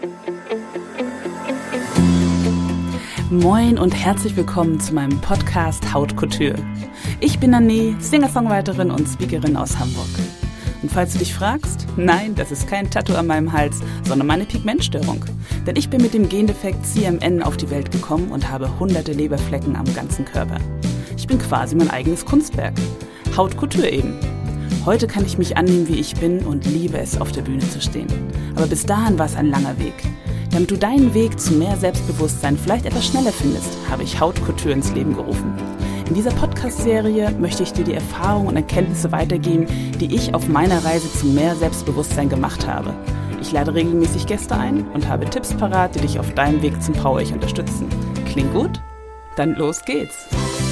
Moin und herzlich willkommen zu meinem Podcast Haute Couture. Ich bin Nané, Singer-Songwriterin und Speakerin aus Hamburg. Und falls du dich fragst, nein, das ist kein Tattoo an meinem Hals, sondern meine Pigmentstörung. Denn ich bin mit dem Gendefekt CMN auf die Welt gekommen und habe hunderte Leberflecken am ganzen Körper. Ich bin quasi mein eigenes Kunstwerk. Haute Couture eben. Heute kann ich mich annehmen, wie ich bin und liebe es, auf der Bühne zu stehen. Aber bis dahin war es ein langer Weg. Damit du deinen Weg zu mehr Selbstbewusstsein vielleicht etwas schneller findest, habe ich Haute Couture ins Leben gerufen. In dieser Podcast-Serie möchte ich dir die Erfahrungen und Erkenntnisse weitergeben, die ich auf meiner Reise zu mehr Selbstbewusstsein gemacht habe. Ich lade regelmäßig Gäste ein und habe Tipps parat, die dich auf deinem Weg zum Power-Ich unterstützen. Klingt gut? Dann los geht's!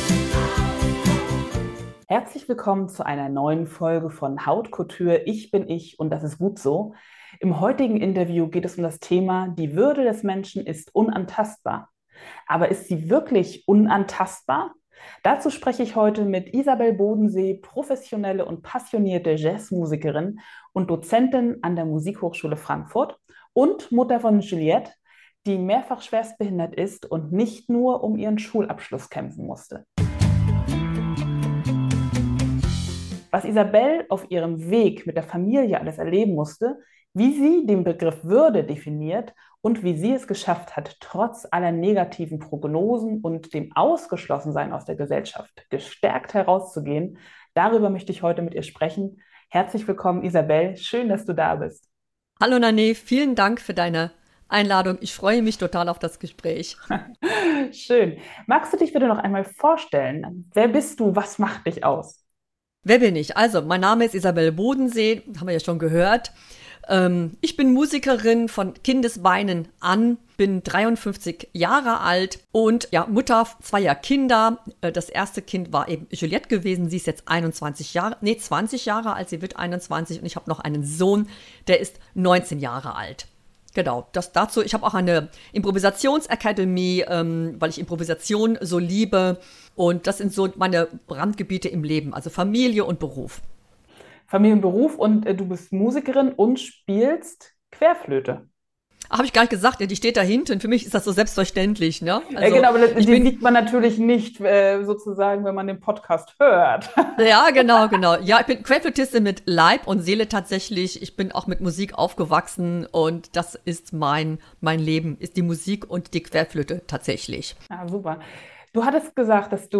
Herzlich willkommen zu einer neuen Folge von Haute Couture. Ich bin ich und das ist gut so. Im heutigen Interview geht es um das Thema, die Würde des Menschen ist unantastbar. Aber ist sie wirklich unantastbar? Dazu spreche ich heute mit Isabel Bodensee, professionelle und passionierte Jazzmusikerin und Dozentin an der Musikhochschule Frankfurt und Mutter von Juliette, die mehrfach schwerstbehindert ist und nicht nur um ihren Schulabschluss kämpfen musste. Was Isabel auf ihrem Weg mit der Familie alles erleben musste, wie sie den Begriff Würde definiert und wie sie es geschafft hat, trotz aller negativen Prognosen und dem Ausgeschlossensein aus der Gesellschaft gestärkt herauszugehen, darüber möchte ich heute mit ihr sprechen. Herzlich willkommen, Isabel. Schön, dass du da bist. Hallo Nané, vielen Dank für deine Einladung. Ich freue mich total auf das Gespräch. Schön. Magst du dich bitte noch einmal vorstellen? Wer bist du? Was macht dich aus? Wer bin ich? Also, mein Name ist Isabel Bodensee, haben wir ja schon gehört. Ich bin Musikerin von Kindesbeinen an, bin 53 Jahre alt und ja, Mutter zweier Kinder. Das erste Kind war eben Juliette gewesen, sie ist jetzt 20 Jahre alt, sie wird 21 und ich habe noch einen Sohn, der ist 19 Jahre alt. Genau, das dazu. Ich habe auch eine Improvisationsakademie, weil ich Improvisation so liebe. Und das sind so meine Randgebiete im Leben, also Familie und Beruf. Familie und Beruf und du bist Musikerin und spielst Querflöte. Habe ich gar nicht gesagt, ja, die steht da hinten. Für mich ist das so selbstverständlich, ne? Also, genau, aber die sieht man natürlich nicht sozusagen, wenn man den Podcast hört. Ja, genau. Ja, ich bin Querflötistin mit Leib und Seele tatsächlich. Ich bin auch mit Musik aufgewachsen und das ist mein Leben, ist die Musik und die Querflöte tatsächlich. Ah, super. Du hattest gesagt, dass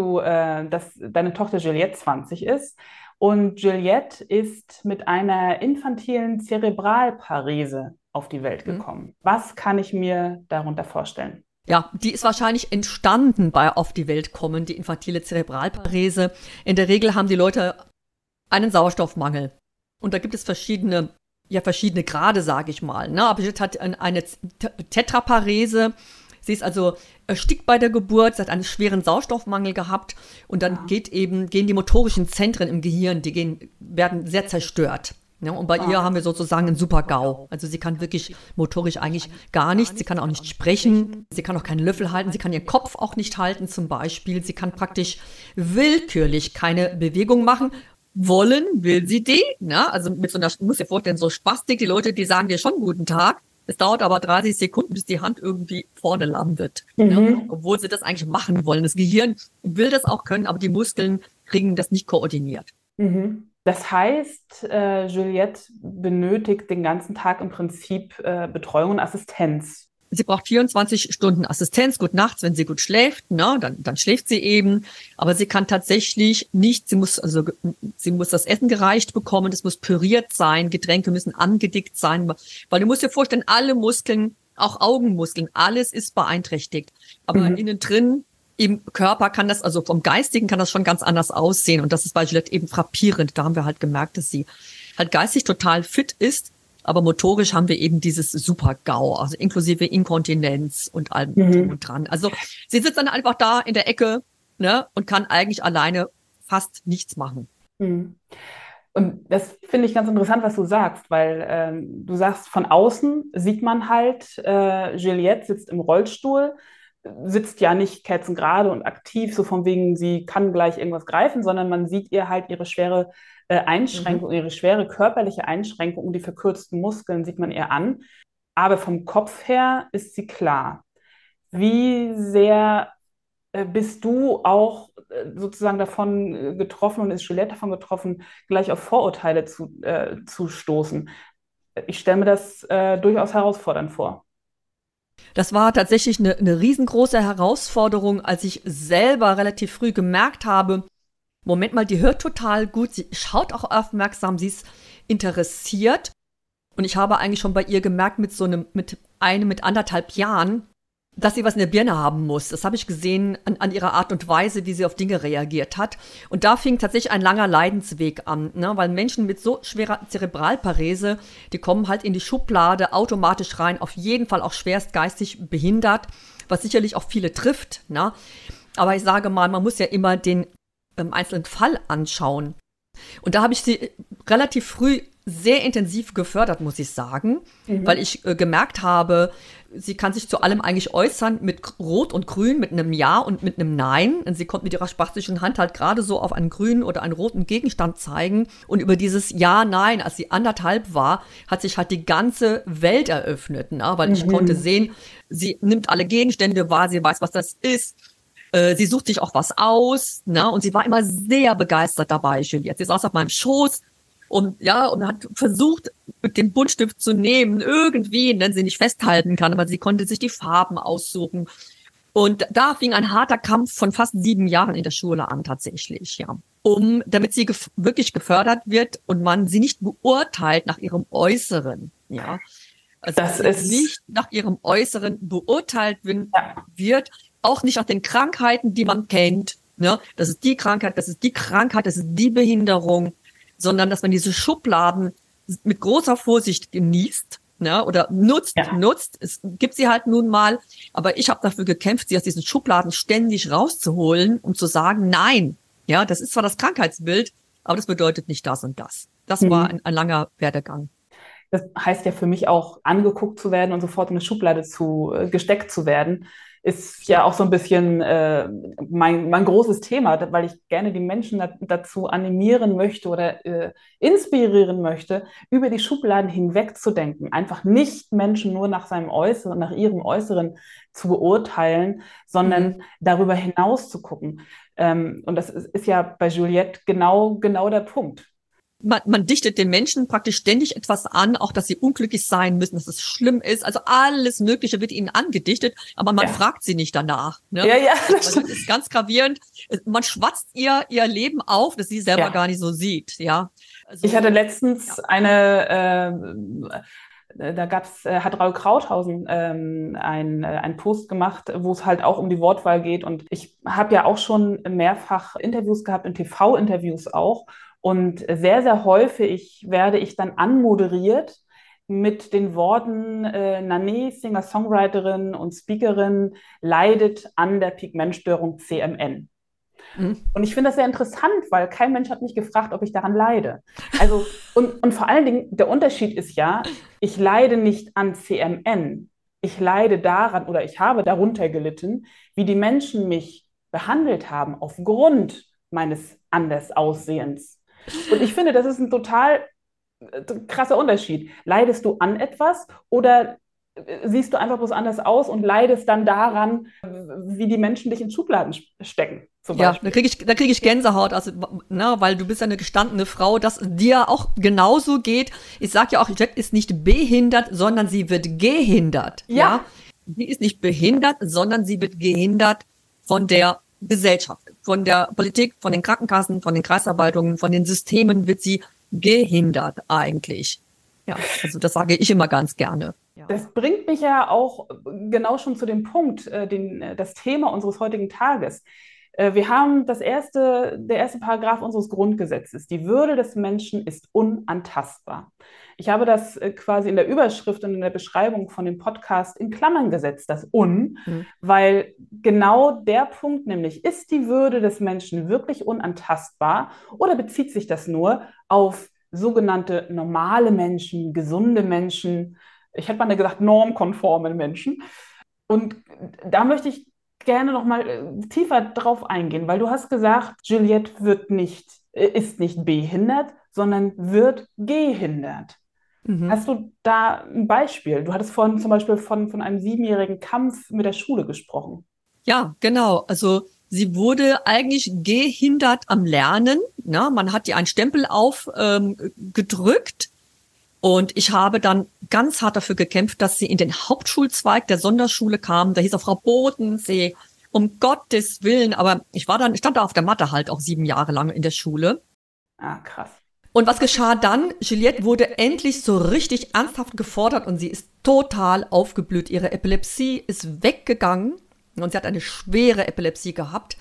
deine Tochter Juliette 20 ist. Und Juliette ist mit einer infantilen Zerebralparese auf die Welt gekommen. Was kann ich mir darunter vorstellen? Ja, die ist wahrscheinlich entstanden bei auf die Welt kommen, die infantile Zerebralparese. In der Regel haben die Leute einen Sauerstoffmangel. Und da gibt es verschiedene Grade, sage ich mal. Ne? Aber Juliette hat eine Tetraparese. Sie ist also erstickt bei der Geburt, sie hat einen schweren Sauerstoffmangel gehabt und dann gehen die motorischen Zentren im Gehirn, werden sehr zerstört. Ja, und bei ihr haben wir sozusagen einen Super-GAU. Also sie kann wirklich motorisch eigentlich gar nichts, sie kann auch nicht sprechen, sie kann auch keinen Löffel halten, sie kann ihren Kopf auch nicht halten zum Beispiel, sie kann praktisch willkürlich keine Bewegung machen. Wollen will sie die, ne? Also mit so einer, du musst dir vorstellen, so Spastik, die Leute, die sagen dir schon guten Tag. Es dauert aber 30 Sekunden, bis die Hand irgendwie vorne landet, ne? Obwohl sie das eigentlich machen wollen. Das Gehirn will das auch können, aber die Muskeln kriegen das nicht koordiniert. Das heißt, Juliette benötigt den ganzen Tag im Prinzip Betreuung und Assistenz. Sie braucht 24 Stunden Assistenz, gut nachts, wenn sie gut schläft, ne, dann schläft sie eben. Aber sie kann tatsächlich nicht, sie muss das Essen gereicht bekommen, es muss püriert sein, Getränke müssen angedickt sein, weil du musst dir vorstellen, alle Muskeln, auch Augenmuskeln, alles ist beeinträchtigt. Aber innen drin im Körper kann das, also vom Geistigen kann das schon ganz anders aussehen. Und das ist bei Juliette eben frappierend. Da haben wir halt gemerkt, dass sie halt geistig total fit ist. Aber motorisch haben wir eben dieses Super-GAU, also inklusive Inkontinenz und allem drum und dran. Also sie sitzt dann einfach da in der Ecke, ne, und kann eigentlich alleine fast nichts machen. Und das finde ich ganz interessant, was du sagst, weil du sagst, von außen sieht man halt, Juliette sitzt im Rollstuhl, sitzt ja nicht kerzengerade und aktiv, so von wegen, sie kann gleich irgendwas greifen, sondern man sieht ihr halt ihre schwere Einschränkung, ihre schwere körperliche Einschränkung und die verkürzten Muskeln sieht man ihr an. aber vom Kopf her ist sie klar. Wie sehr bist du auch sozusagen davon getroffen und ist Juliette davon getroffen, gleich auf Vorurteile zu stoßen? Ich stelle mir das durchaus herausfordernd vor. Das war tatsächlich eine riesengroße Herausforderung, als ich selber relativ früh gemerkt habe, Moment mal, die hört total gut, sie schaut auch aufmerksam, sie ist interessiert. Und ich habe eigentlich schon bei ihr gemerkt, mit 1,5 Jahren, dass sie was in der Birne haben muss. Das habe ich gesehen an ihrer Art und Weise, wie sie auf Dinge reagiert hat. Und da fing tatsächlich ein langer Leidensweg an, ne? Weil Menschen mit so schwerer Zerebralparese, die kommen halt in die Schublade automatisch rein, auf jeden Fall auch schwerst geistig behindert, was sicherlich auch viele trifft, ne? Aber ich sage mal, man muss ja immer den einzelnen Fall anschauen. Und da habe ich sie relativ früh sehr intensiv gefördert, muss ich sagen, weil ich gemerkt habe, sie kann sich zu allem eigentlich äußern mit Rot und Grün, mit einem Ja und mit einem Nein. Und sie konnte mit ihrer spastischen Hand halt gerade so auf einen grünen oder einen roten Gegenstand zeigen. Und über dieses Ja, Nein, als sie 1,5 war, hat sich halt die ganze Welt eröffnet, ne? Weil ich konnte sehen, sie nimmt alle Gegenstände wahr, sie weiß, was das ist. Sie sucht sich auch was aus, ne? Und sie war immer sehr begeistert dabei, Juliette. Sie saß auf meinem Schoß und hat versucht, den Buntstift zu nehmen, irgendwie, wenn sie nicht festhalten kann, aber sie konnte sich die Farben aussuchen. Und da fing ein harter Kampf von fast 7 Jahren in der Schule an, tatsächlich, ja. Damit sie wirklich gefördert wird und man sie nicht beurteilt nach ihrem Äußeren, ja. Also Das ist nicht nach ihrem Äußeren beurteilt wird, auch nicht nach den Krankheiten, die man kennt, ne? Das ist die Krankheit, das ist die Krankheit, das ist die Behinderung, sondern dass man diese Schubladen mit großer Vorsicht genießt, ne? Oder nutzt. Es gibt sie halt nun mal, aber ich habe dafür gekämpft, sie aus diesen Schubladen ständig rauszuholen, um zu sagen, nein, ja, das ist zwar das Krankheitsbild, aber das bedeutet nicht das und das. Das war ein langer Werdegang. Das heißt ja für mich auch, angeguckt zu werden und sofort in eine Schublade gesteckt zu werden, ist ja auch so ein bisschen mein großes Thema, weil ich gerne die Menschen dazu animieren möchte oder inspirieren möchte, über die Schubladen hinweg zu denken. Einfach nicht Menschen nur nach seinem Äußeren, nach ihrem Äußeren zu beurteilen, sondern darüber hinaus zu gucken. Und das ist ja bei Juliette genau der Punkt. Man dichtet den Menschen praktisch ständig etwas an, auch dass sie unglücklich sein müssen, dass es schlimm ist. Also alles Mögliche wird ihnen angedichtet, aber man fragt sie nicht danach. Ne? Ja, das ist ganz gravierend. Man schwatzt ihr Leben auf, das sie selber gar nicht so sieht. Ja. Also, ich hatte letztens hat Raul Krauthausen einen Post gemacht, wo es halt auch um die Wortwahl geht. Und ich habe ja auch schon mehrfach Interviews gehabt, in TV-Interviews auch. Und sehr, sehr häufig werde ich dann anmoderiert mit den Worten, Nané, Singer-Songwriterin und Speakerin, leidet an der Pigmentstörung CMN. Und ich finde das sehr interessant, weil kein Mensch hat mich gefragt, ob ich daran leide. Also, und vor allen Dingen, der Unterschied ist ja, ich leide nicht an CMN. Ich leide daran oder ich habe darunter gelitten, wie die Menschen mich behandelt haben aufgrund meines Andersaussehens. Und ich finde, das ist ein total krasser Unterschied. Leidest du an etwas oder siehst du einfach bloß anders aus und leidest dann daran, wie die Menschen dich in Schubladen stecken? Ja, da krieg ich Gänsehaut, also, weil du bist ja eine gestandene Frau, dass dir auch genauso geht. Ich sag ja auch, Jet ist nicht behindert, sondern sie wird gehindert. Ja. Sie ist nicht behindert, sondern sie wird gehindert von der Gesellschaft, von der Politik, von den Krankenkassen, von den Kreisverwaltungen, von den Systemen wird sie gehindert eigentlich. Ja, also das sage ich immer ganz gerne. Ja. Das bringt mich ja auch genau schon zu dem Punkt, das Thema unseres heutigen Tages. Wir haben der erste Paragraph unseres Grundgesetzes. Die Würde des Menschen ist unantastbar. Ich habe das quasi in der Überschrift und in der Beschreibung von dem Podcast in Klammern gesetzt, das weil genau der Punkt nämlich, ist die Würde des Menschen wirklich unantastbar oder bezieht sich das nur auf sogenannte normale Menschen, gesunde Menschen, ich hätte mal gesagt normkonforme Menschen. Und da möchte ich gerne noch mal tiefer drauf eingehen, weil du hast gesagt, Juliette ist nicht behindert, sondern wird gehindert. Hast du da ein Beispiel? Du hattest vorhin zum Beispiel von einem 7-jährigen Kampf mit der Schule gesprochen. Ja, genau. Also sie wurde eigentlich gehindert am Lernen. Ne? Man hat ihr einen Stempel gedrückt. Und ich habe dann ganz hart dafür gekämpft, dass sie in den Hauptschulzweig der Sonderschule kam. Da hieß auch Frau Bodensee, um Gottes Willen. Aber ich stand da auf der Matte halt auch 7 Jahre lang in der Schule. Ah, krass. Und was geschah dann? Juliette wurde endlich so richtig ernsthaft gefordert und sie ist total aufgeblüht. Ihre Epilepsie ist weggegangen und sie hat eine schwere Epilepsie gehabt,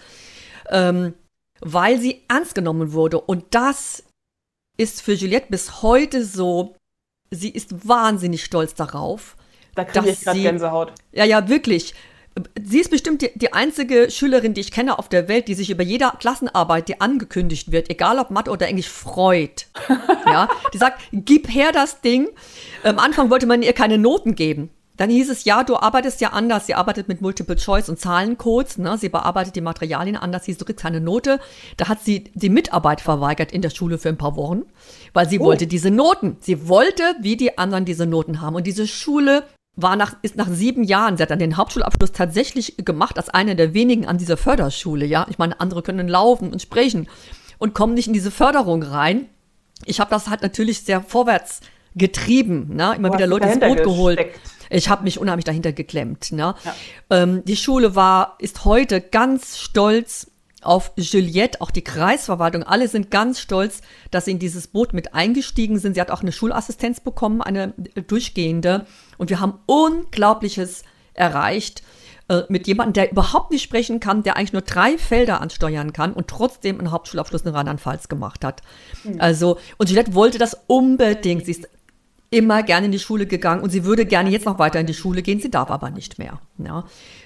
weil sie ernst genommen wurde. Und das ist für Juliette bis heute so. Sie ist wahnsinnig stolz darauf. Da kriege ich gerade Gänsehaut. Ja, wirklich. Sie ist bestimmt die einzige Schülerin, die ich kenne auf der Welt, die sich über jede Klassenarbeit, die angekündigt wird, egal ob Mathe oder Englisch, freut. Ja, die sagt, gib her das Ding. Am Anfang wollte man ihr keine Noten geben. Dann hieß es, ja, du arbeitest ja anders. Sie arbeitet mit Multiple Choice und Zahlencodes. Ne? Sie bearbeitet die Materialien anders. Hieß, du kriegst keine Note. Da hat sie die Mitarbeit verweigert in der Schule für ein paar Wochen, weil sie wollte diese Noten. Sie wollte, wie die anderen, diese Noten haben. Und diese Schule ist nach 7 Jahren, sie hat dann den Hauptschulabschluss tatsächlich gemacht als eine der wenigen an dieser Förderschule. Ja, ich meine, andere können laufen und sprechen und kommen nicht in diese Förderung rein. Ich habe das halt natürlich sehr vorwärts getrieben, ne? Immer wieder Leute ins Boot geholt. Ich habe mich unheimlich dahinter geklemmt. Ne? Ja. Die Schule ist heute ganz stolz auf Juliette, auch die Kreisverwaltung, alle sind ganz stolz, dass sie in dieses Boot mit eingestiegen sind. Sie hat auch eine Schulassistenz bekommen, eine durchgehende. Und wir haben Unglaubliches erreicht mit jemandem, der überhaupt nicht sprechen kann, der eigentlich nur 3 Felder ansteuern kann und trotzdem einen Hauptschulabschluss in Rheinland-Pfalz gemacht hat. Also, und Juliette wollte das unbedingt. Sie ist immer gerne in die Schule gegangen und sie würde gerne jetzt noch weiter in die Schule gehen, sie darf aber nicht mehr. Ja.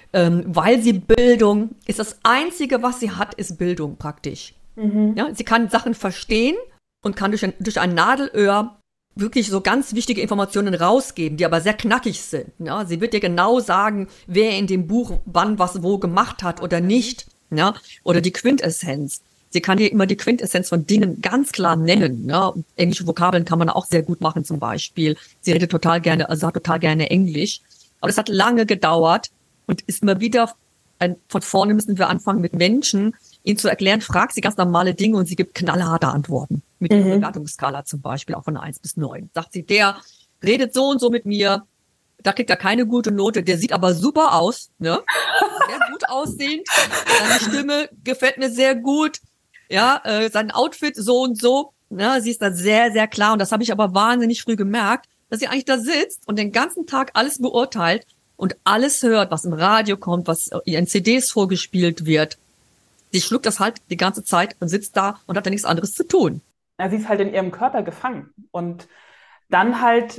Weil sie Bildung ist das Einzige, was sie hat, ist Bildung praktisch. Ja, sie kann Sachen verstehen und kann durch ein Nadelöhr wirklich so ganz wichtige Informationen rausgeben, die aber sehr knackig sind. Ja. Sie wird dir genau sagen, wer in dem Buch wann was wo gemacht hat oder nicht. Ja. Oder die Quintessenz. Sie kann dir immer die Quintessenz von Dingen ganz klar nennen. Ne? Englische Vokabeln kann man auch sehr gut machen zum Beispiel. Sie redet total gerne, also hat total gerne Englisch. Aber es hat lange gedauert und ist immer wieder, von vorne müssen wir anfangen mit Menschen, ihnen zu erklären, fragt sie ganz normale Dinge und sie gibt knallharte Antworten. Mit ihrer Bewertungsskala zum Beispiel, auch von 1 bis 9. Sagt sie, der redet so und so mit mir, da kriegt er keine gute Note, der sieht aber super aus, ne? Sehr gut aussehend, seine Stimme gefällt mir sehr gut. Ja, sein Outfit so und so, ne, sie ist da sehr, sehr klar. Und das habe ich aber wahnsinnig früh gemerkt, dass sie eigentlich da sitzt und den ganzen Tag alles beurteilt und alles hört, was im Radio kommt, was in CDs vorgespielt wird. Sie schluckt das halt die ganze Zeit und sitzt da und hat da nichts anderes zu tun. Ja, sie ist halt in ihrem Körper gefangen. Und dann halt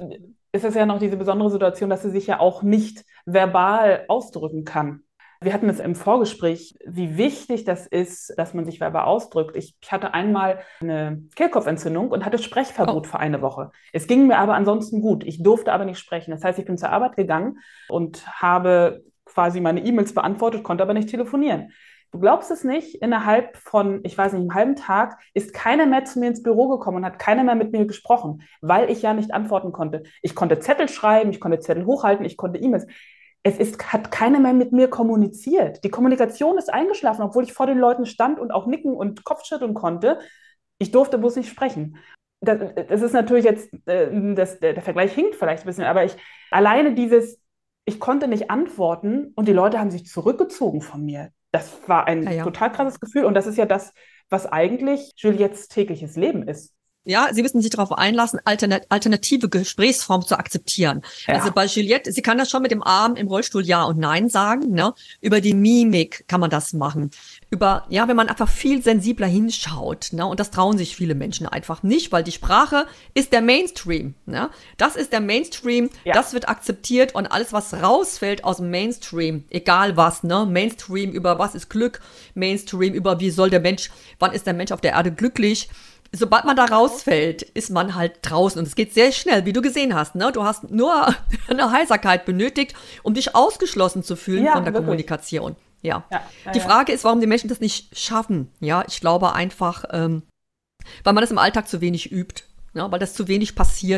ist es ja noch diese besondere Situation, dass sie sich ja auch nicht verbal ausdrücken kann. Wir hatten es im Vorgespräch, wie wichtig das ist, dass man sich verbal ausdrückt. Ich hatte einmal eine Kehlkopfentzündung und hatte Sprechverbot für eine Woche. Es ging mir aber ansonsten gut. Ich durfte aber nicht sprechen. Das heißt, ich bin zur Arbeit gegangen und habe quasi meine E-Mails beantwortet, konnte aber nicht telefonieren. Du glaubst es nicht, innerhalb von, ich weiß nicht, einem halben Tag ist keiner mehr zu mir ins Büro gekommen und hat keiner mehr mit mir gesprochen, weil ich ja nicht antworten konnte. Ich konnte Zettel schreiben, ich konnte Zettel hochhalten, ich konnte E-Mails. Hat keiner mehr mit mir kommuniziert. Die Kommunikation ist eingeschlafen, obwohl ich vor den Leuten stand und auch nicken und Kopfschütteln konnte. Ich durfte bloß nicht sprechen. Das ist natürlich jetzt, der Vergleich hinkt vielleicht ein bisschen, aber alleine ich konnte nicht antworten und die Leute haben sich zurückgezogen von mir. Das war ein total krasses Gefühl und das ist ja das, was eigentlich Juliettes tägliches Leben ist. Ja, sie müssen sich darauf einlassen, alternative Gesprächsformen zu akzeptieren. Ja. Also bei Juliette, sie kann das schon mit dem Arm im Rollstuhl Ja und Nein sagen, ne? Über die Mimik kann man das machen. Wenn man einfach viel sensibler hinschaut, ne? Und das trauen sich viele Menschen einfach nicht, weil die Sprache ist der Mainstream, ne? Das ist der Mainstream, das wird akzeptiert und alles, was rausfällt aus dem Mainstream, egal was, ne? Mainstream über was ist Glück, Mainstream über wann ist der Mensch auf der Erde glücklich? Sobald man da rausfällt, ist man halt draußen und es geht sehr schnell, wie du gesehen hast, ne? Du hast nur eine Heiserkeit benötigt, um dich ausgeschlossen zu fühlen von der Kommunikation. Ja. Die Frage ist, warum die Menschen das nicht schaffen. Ja, ich glaube einfach, weil man das im Alltag zu wenig übt, ne? Weil das zu wenig passiert.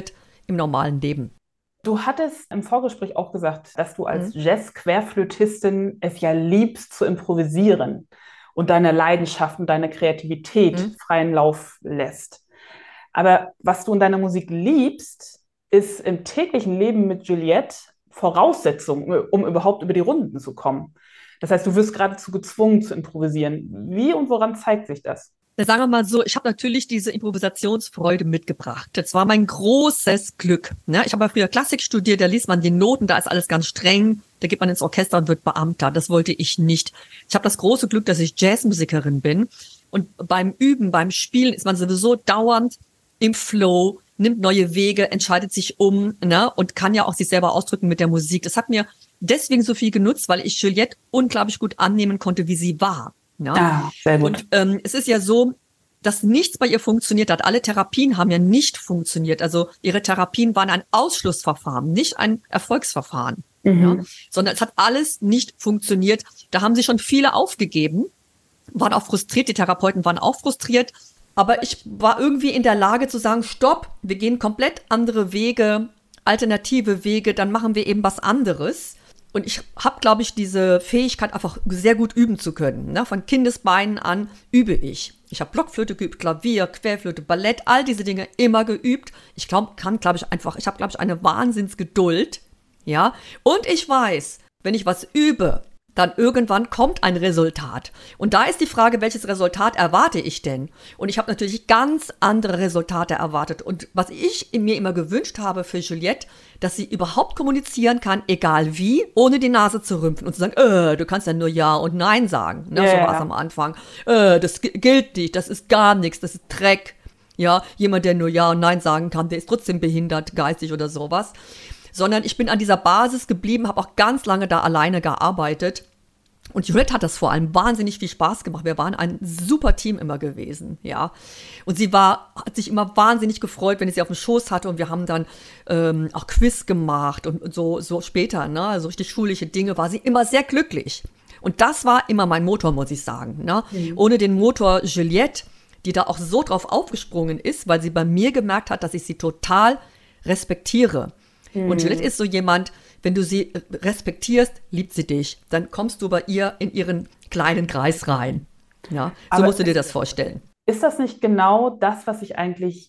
im normalen Leben. Du hattest im Vorgespräch auch gesagt, dass du als Jazz-Querflötistin es ja liebst zu improvisieren und deine Leidenschaft und deine Kreativität freien Lauf lässt. Aber was du in deiner Musik liebst, ist im täglichen Leben mit Juliette Voraussetzung, um überhaupt über die Runden zu kommen. Das heißt, du wirst geradezu gezwungen zu improvisieren. Wie und woran zeigt sich das? Sagen wir mal so, ich habe natürlich diese Improvisationsfreude mitgebracht. Das war mein großes Glück. Ne? Ich habe ja früher Klassik studiert, da liest man die Noten, da ist alles ganz streng, da geht man ins Orchester und wird Beamter. Das wollte ich nicht. Ich habe das große Glück, dass ich Jazzmusikerin bin. Und beim Üben, beim Spielen ist man sowieso dauernd im Flow, nimmt neue Wege, entscheidet sich ne? Und kann ja auch sich selber ausdrücken mit der Musik. Das hat mir deswegen so viel genutzt, weil ich Juliette unglaublich gut annehmen konnte, wie sie war. Ja, sehr gut. Und es ist ja so, dass nichts bei ihr funktioniert hat. Alle Therapien haben ja nicht funktioniert. Also ihre Therapien waren ein Ausschlussverfahren, nicht ein Erfolgsverfahren. Ja, sondern es hat alles nicht funktioniert. Da haben sich schon viele aufgegeben, waren auch frustriert, die Therapeuten waren auch frustriert. Aber ich war irgendwie in der Lage zu sagen, stopp, wir gehen komplett andere Wege, alternative Wege, dann machen wir eben was anderes. Und ich habe, glaube ich, diese Fähigkeit, einfach sehr gut üben zu können. Ne? Von Kindesbeinen an übe ich. Ich habe Blockflöte geübt, Klavier, Querflöte, Ballett, all diese Dinge immer geübt. Ich habe, glaube ich, eine Wahnsinnsgeduld. Ja? Und ich weiß, wenn ich was übe, dann irgendwann kommt ein Resultat. Und da ist die Frage, welches Resultat erwarte ich denn? Und ich habe natürlich ganz andere Resultate erwartet. Und was ich mir immer gewünscht habe für Juliette, dass sie überhaupt kommunizieren kann, egal wie, ohne die Nase zu rümpfen und zu sagen, du kannst ja nur Ja und Nein sagen. Ne? So war es am Anfang. Das gilt nicht, das ist gar nichts, das ist Dreck. Ja, jemand, der nur Ja und Nein sagen kann, der ist trotzdem behindert, geistig oder sowas. Sondern ich bin an dieser Basis geblieben, habe auch ganz lange da alleine gearbeitet. Und Juliette hat das vor allem wahnsinnig viel Spaß gemacht. Wir waren ein super Team immer gewesen, ja. Und sie hat sich immer wahnsinnig gefreut, wenn ich sie auf dem Schoß hatte. Und wir haben dann auch Quiz gemacht und so später, ne, also richtig schulische Dinge, war sie immer sehr glücklich. Und das war immer mein Motor, muss ich sagen, ne. Ohne den Motor Juliette, die da auch so drauf aufgesprungen ist, weil sie bei mir gemerkt hat, dass ich sie total respektiere. Und Juliette ist so jemand, wenn du sie respektierst, liebt sie dich. Dann kommst du bei ihr in ihren kleinen Kreis rein. Ja, so musst du dir das vorstellen. Ist das nicht genau das, was sich eigentlich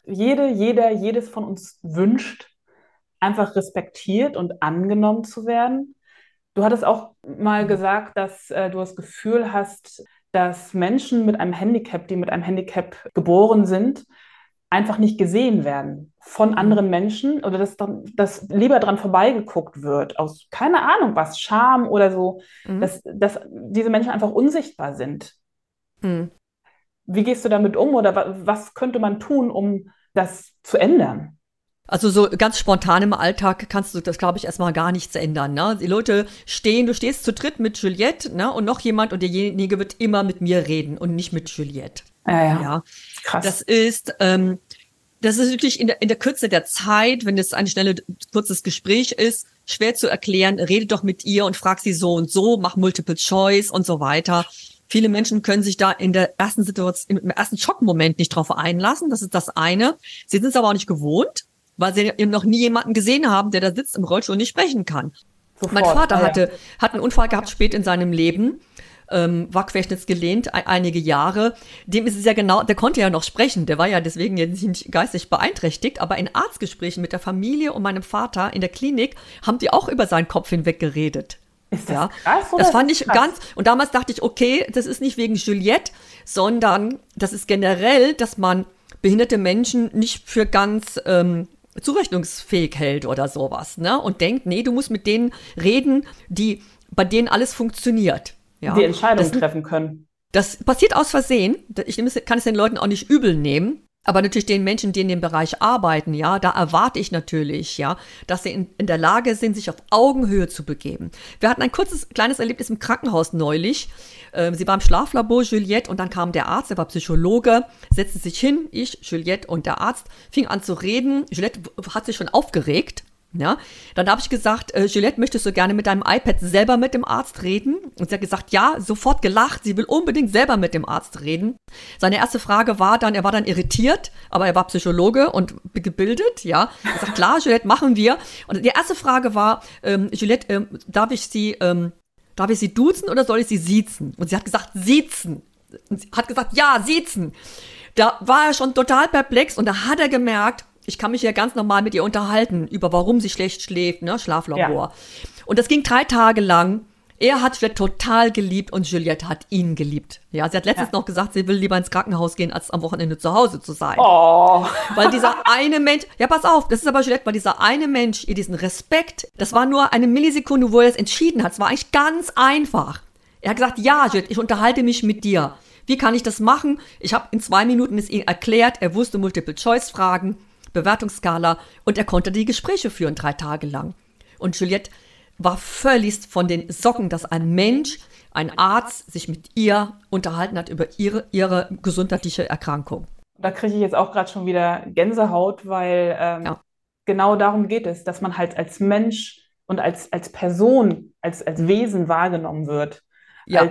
jedes von uns wünscht, einfach respektiert und angenommen zu werden? Du hattest auch mal gesagt, dass du das Gefühl hast, dass Menschen mit einem Handicap, die mit einem Handicap geboren sind, einfach nicht gesehen werden von anderen Menschen oder dass lieber dran vorbeigeguckt wird, aus keine Ahnung was, Scham oder so, dass diese Menschen einfach unsichtbar sind. Wie gehst du damit um oder was könnte man tun, um das zu ändern? Also so ganz spontan im Alltag kannst du das, glaube ich, erstmal gar nichts ändern. Ne? Die Leute du stehst zu dritt mit Juliette, ne? Und noch jemand und derjenige wird immer mit mir reden und nicht mit Juliette. Ja. Krass. Das ist wirklich in der Kürze der Zeit, wenn es ein kurzes Gespräch ist, schwer zu erklären, rede doch mit ihr und frag sie so und so, mach Multiple Choice und so weiter. Viele Menschen können sich da in der ersten Situation, im ersten Schockmoment nicht drauf einlassen. Das ist das eine. Sie sind es aber auch nicht gewohnt, weil sie eben noch nie jemanden gesehen haben, der da sitzt im Rollstuhl und nicht sprechen kann. Sofort, mein Vater hat einen Unfall gehabt spät in seinem Leben, war querschnittsgelähmt einige Jahre. Dem ist es ja genau, der konnte ja noch sprechen, der war ja deswegen jetzt nicht geistig beeinträchtigt, aber in Arztgesprächen mit der Familie und meinem Vater in der Klinik haben die auch über seinen Kopf hinweg geredet. Ist das krass, oder? Das fand ich ganz, und damals dachte ich, okay, das ist nicht wegen Juliette, sondern das ist generell, dass man behinderte Menschen nicht für ganz zurechnungsfähig hält oder sowas, ne? Und denkt, nee, du musst mit denen reden, bei denen alles funktioniert. Ja? Die Entscheidungen treffen können. Das passiert aus Versehen. Kann es den Leuten auch nicht übel nehmen. Aber natürlich den Menschen, die in dem Bereich arbeiten, ja, da erwarte ich natürlich, ja, dass sie in der Lage sind, sich auf Augenhöhe zu begeben. Wir hatten ein kleines Erlebnis im Krankenhaus neulich. Sie war im Schlaflabor, Juliette, und dann kam der Arzt, der war Psychologe, setzte sich hin, ich, Juliette und der Arzt, fing an zu reden. Juliette hat sich schon aufgeregt. Ja, dann habe ich gesagt, Juliette, möchtest du gerne mit deinem iPad selber mit dem Arzt reden? Und sie hat gesagt, ja, sofort gelacht, sie will unbedingt selber mit dem Arzt reden. Seine erste Frage war dann, er war dann irritiert, aber er war Psychologe und gebildet, ja. Er sagt, klar, Juliette, machen wir. Und die erste Frage war, Juliette, darf ich Sie duzen oder soll ich Sie siezen? Und sie hat gesagt, siezen. Und sie hat gesagt, ja, siezen. Da war er schon total perplex und da hat er gemerkt, ich kann mich ja ganz normal mit ihr unterhalten über warum sie schlecht schläft, ne, Schlaflabor. Ja. Und das ging 3 Tage lang. Er hat Juliette total geliebt und Juliette hat ihn geliebt. Ja, sie hat letztens noch gesagt, sie will lieber ins Krankenhaus gehen, als am Wochenende zu Hause zu sein. Oh. Weil dieser eine Mensch, ja pass auf, das ist aber Juliette, weil dieser eine Mensch ihr diesen Respekt, das war nur eine Millisekunde, wo er es entschieden hat. Es war eigentlich ganz einfach. Er hat gesagt, ja Juliette, ich unterhalte mich mit dir. Wie kann ich das machen? Ich habe in 2 Minuten es ihm erklärt, er wusste Multiple-Choice-Fragen, Bewertungsskala und er konnte die Gespräche führen 3 Tage lang. Und Juliette war völlig von den Socken, dass ein Mensch, ein Arzt, sich mit ihr unterhalten hat über ihre gesundheitliche Erkrankung. Da kriege ich jetzt auch gerade schon wieder Gänsehaut, weil genau darum geht es, dass man halt als Mensch und als Person, als Wesen wahrgenommen wird. Ja.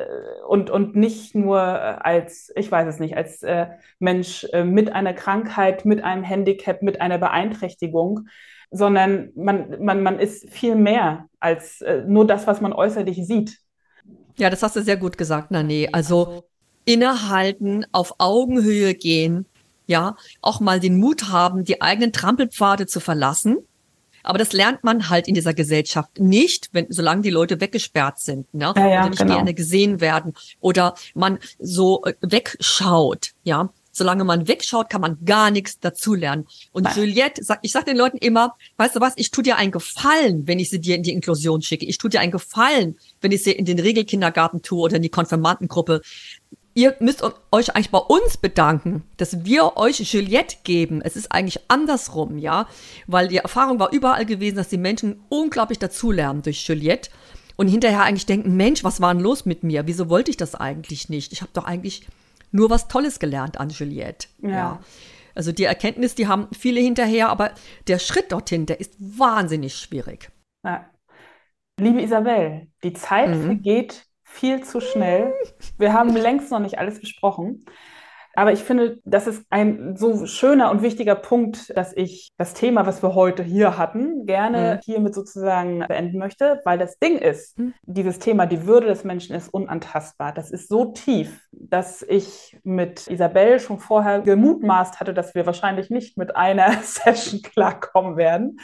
Und nicht nur als, ich weiß es nicht, als Mensch mit einer Krankheit, mit einem Handicap, mit einer Beeinträchtigung, sondern man ist viel mehr als nur das, was man äußerlich sieht. Ja, das hast du sehr gut gesagt, Nané. Also innehalten, auf Augenhöhe gehen, ja, auch mal den Mut haben, die eigenen Trampelpfade zu verlassen. Aber das lernt man halt in dieser Gesellschaft nicht, solange die Leute weggesperrt sind, ne? Oder nicht gerne gesehen werden oder man so wegschaut, ja. Solange man wegschaut, kann man gar nichts dazulernen. Und Juliette, ich sag den Leuten immer, weißt du was, ich tue dir einen Gefallen, wenn ich sie dir in die Inklusion schicke. Ich tue dir einen Gefallen, wenn ich sie in den Regelkindergarten tue oder in die Konfirmandengruppe. Ihr müsst euch eigentlich bei uns bedanken, dass wir euch Juliette geben. Es ist eigentlich andersrum, ja, weil die Erfahrung war überall gewesen, dass die Menschen unglaublich dazulernen durch Juliette und hinterher eigentlich denken, Mensch, was war denn los mit mir? Wieso wollte ich das eigentlich nicht? Ich habe doch eigentlich nur was Tolles gelernt an Juliette. Ja. Also die Erkenntnis, die haben viele hinterher, aber der Schritt dorthin, der ist wahnsinnig schwierig. Ja. Liebe Isabel, die Zeit vergeht viel zu schnell. Wir haben längst noch nicht alles besprochen. Aber ich finde, das ist ein so schöner und wichtiger Punkt, dass ich das Thema, was wir heute hier hatten, gerne hiermit sozusagen beenden möchte, weil das Ding ist, dieses Thema, die Würde des Menschen ist unantastbar. Das ist so tief, dass ich mit Isabel schon vorher gemutmaßt hatte, dass wir wahrscheinlich nicht mit einer Session klarkommen werden.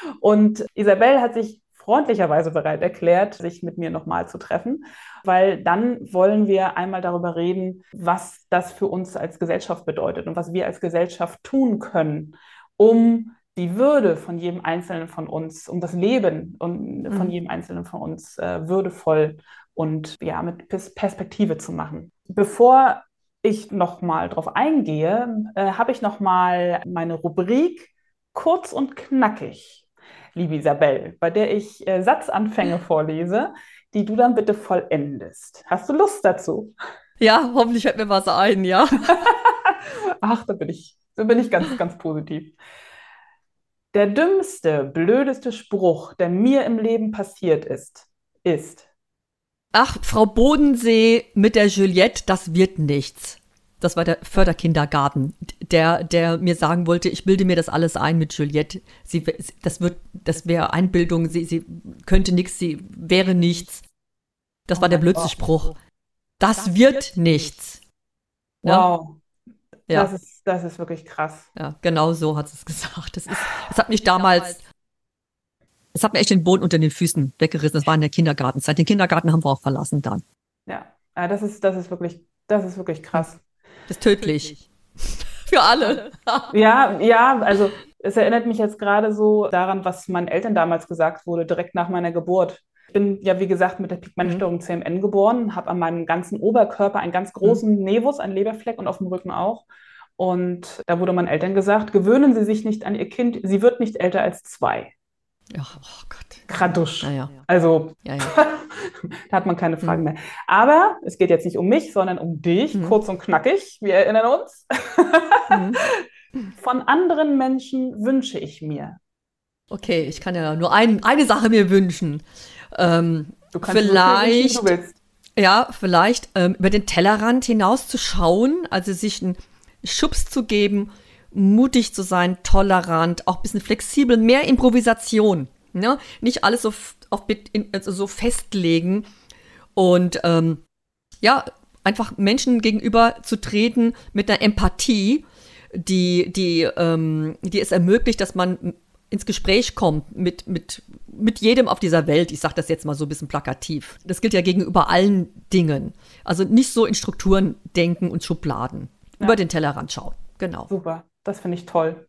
Und Isabel hat sich freundlicherweise bereit erklärt, sich mit mir nochmal zu treffen, weil dann wollen wir einmal darüber reden, was das für uns als Gesellschaft bedeutet und was wir als Gesellschaft tun können, um die Würde von jedem Einzelnen von uns, um das Leben von jedem Einzelnen von uns würdevoll und ja, mit Perspektive zu machen. Bevor ich nochmal drauf eingehe, habe ich nochmal meine Rubrik kurz und knackig, liebe Isabel, bei der ich Satzanfänge vorlese, die du dann bitte vollendest. Hast du Lust dazu? Ja, hoffentlich fällt mir was ein, ja. Ach, da bin ich ganz, ganz positiv. Der dümmste, blödeste Spruch, der mir im Leben passiert ist. Ach, Frau Bodensee mit der Juliette, das wird nichts. Das war der Förderkindergarten, der mir sagen wollte, ich bilde mir das alles ein mit Juliette. Das wäre Einbildung, sie könnte nichts, sie wäre nichts. Das war der blödste Spruch. Das wird nichts. Wow. Ja. Das ist wirklich krass. Ja, genau so hat es gesagt. Es hat mich damals, es hat mir echt den Boden unter den Füßen weggerissen. Das war in der Kindergartenzeit. Den Kindergarten haben wir auch verlassen dann. Ja, das ist wirklich krass. Das ist tödlich. Für alle. Ja, also es erinnert mich jetzt gerade so daran, was meinen Eltern damals gesagt wurde, direkt nach meiner Geburt. Ich bin ja, wie gesagt, mit der Pigmentstörung CMN geboren, habe an meinem ganzen Oberkörper einen ganz großen Nevus, einen Leberfleck und auf dem Rücken auch. Und da wurde meinen Eltern gesagt, gewöhnen Sie sich nicht an Ihr Kind, sie wird nicht älter als 2. Ach, oh Gott. Kradusch. Ja. Also, da hat man keine Fragen mehr. Aber es geht jetzt nicht um mich, sondern um dich, kurz und knackig. Wir erinnern uns. Von anderen Menschen wünsche ich mir. Okay, ich kann ja nur eine Sache mir wünschen. Du kannst vielleicht, wie du willst. Ja, vielleicht über den Tellerrand hinaus zu schauen, also sich einen Schubs zu geben, mutig zu sein, tolerant, auch ein bisschen flexibel, mehr Improvisation. Ne? Nicht alles so festlegen und einfach Menschen gegenüber zu treten mit einer Empathie, die es ermöglicht, dass man ins Gespräch kommt mit jedem auf dieser Welt. Ich sage das jetzt mal so ein bisschen plakativ. Das gilt ja gegenüber allen Dingen. Also nicht so in Strukturen denken und Schubladen. Ja. Über den Tellerrand schauen. Genau. Super, das finde ich toll.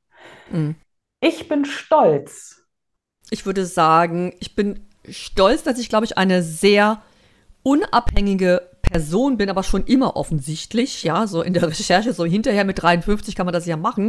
Ich bin stolz. Ich würde sagen, ich bin stolz, dass ich, glaube ich, eine sehr unabhängige Person bin, aber schon immer offensichtlich. Ja, so in der Recherche, so hinterher mit 53 kann man das ja machen.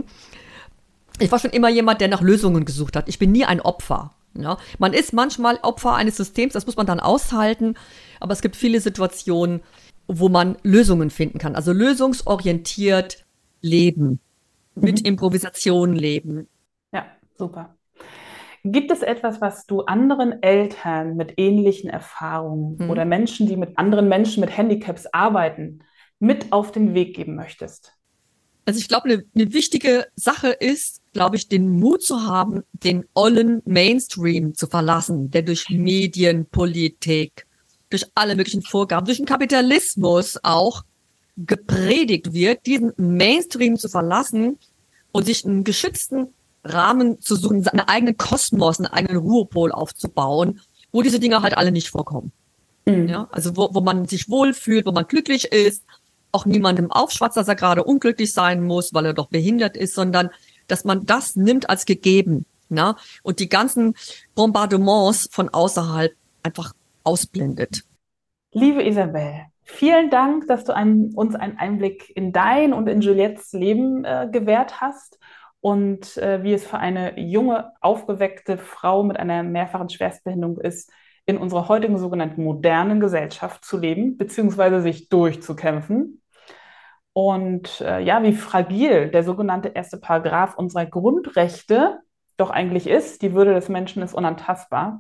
Ich war schon immer jemand, der nach Lösungen gesucht hat. Ich bin nie ein Opfer. Ja? Man ist manchmal Opfer eines Systems, das muss man dann aushalten. Aber es gibt viele Situationen, wo man Lösungen finden kann. Also lösungsorientiert leben, mit Improvisation leben. Ja, super. Gibt es etwas, was du anderen Eltern mit ähnlichen Erfahrungen oder Menschen, die mit anderen Menschen mit Handicaps arbeiten, mit auf den Weg geben möchtest? Also ich glaube, eine wichtige Sache ist, glaube ich, den Mut zu haben, den ollen Mainstream zu verlassen, der durch Medien, Politik, durch alle möglichen Vorgaben, durch den Kapitalismus auch gepredigt wird, diesen Mainstream zu verlassen und sich einen geschützten Rahmen zu suchen, seinen eigenen Kosmos, einen eigenen Ruhepol aufzubauen, wo diese Dinge halt alle nicht vorkommen. Ja, also wo man sich wohlfühlt, wo man glücklich ist, auch niemandem aufschwatzt, dass er gerade unglücklich sein muss, weil er doch behindert ist, sondern dass man das nimmt als gegeben, na? Und die ganzen Bombardements von außerhalb einfach ausblendet. Liebe Isabel, vielen Dank, dass du uns einen Einblick in dein und in Juliettes Leben gewährt hast und wie es für eine junge, aufgeweckte Frau mit einer mehrfachen Schwerstbehinderung ist, in unserer heutigen sogenannten modernen Gesellschaft zu leben, beziehungsweise sich durchzukämpfen. Und wie fragil der sogenannte erste Paragraph unserer Grundrechte doch eigentlich ist. Die Würde des Menschen ist unantastbar.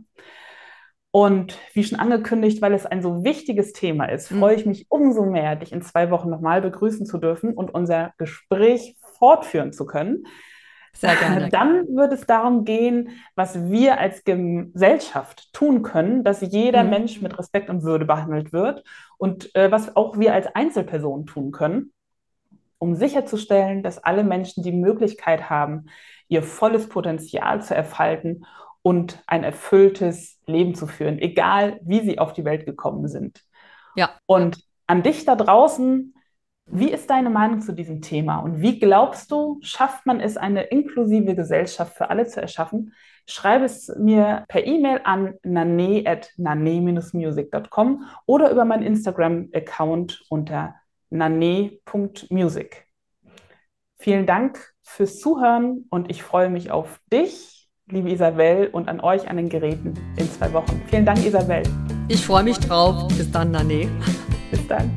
Und wie schon angekündigt, weil es ein so wichtiges Thema ist, freue ich mich umso mehr, dich in 2 Wochen nochmal begrüßen zu dürfen und unser Gespräch fortführen zu können. Sehr gerne. Dann wird es darum gehen, was wir als Gesellschaft tun können, dass jeder Mensch mit Respekt und Würde behandelt wird und was auch wir als Einzelpersonen tun können, um sicherzustellen, dass alle Menschen die Möglichkeit haben, ihr volles Potenzial zu entfalten und ein erfülltes Leben zu führen, egal wie sie auf die Welt gekommen sind. Ja. Und an dich da draußen, wie ist deine Meinung zu diesem Thema? Und wie glaubst du, schafft man es, eine inklusive Gesellschaft für alle zu erschaffen? Schreibe es mir per E-Mail an nane@nane-music.com oder über meinen Instagram-Account unter nane.music. Vielen Dank fürs Zuhören und ich freue mich auf dich, liebe Isabel, und an euch an den Geräten in 2 Wochen. Vielen Dank, Isabel. Ich freue mich drauf. Bis dann, Nane. Bis dann.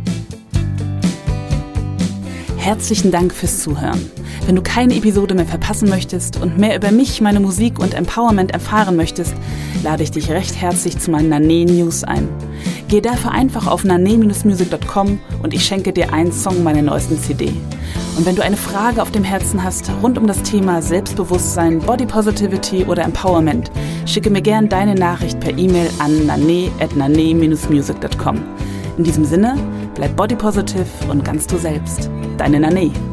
Herzlichen Dank fürs Zuhören. Wenn du keine Episode mehr verpassen möchtest und mehr über mich, meine Musik und Empowerment erfahren möchtest, lade ich dich recht herzlich zu meinen Nane News ein. Geh dafür einfach auf nane-music.com und ich schenke dir einen Song meiner neuesten CD. Und wenn du eine Frage auf dem Herzen hast rund um das Thema Selbstbewusstsein, Body Positivity oder Empowerment, schicke mir gern deine Nachricht per E-Mail an nane@nane-music.com. In diesem Sinne, bleib body positive und ganz du selbst. Deine Nane.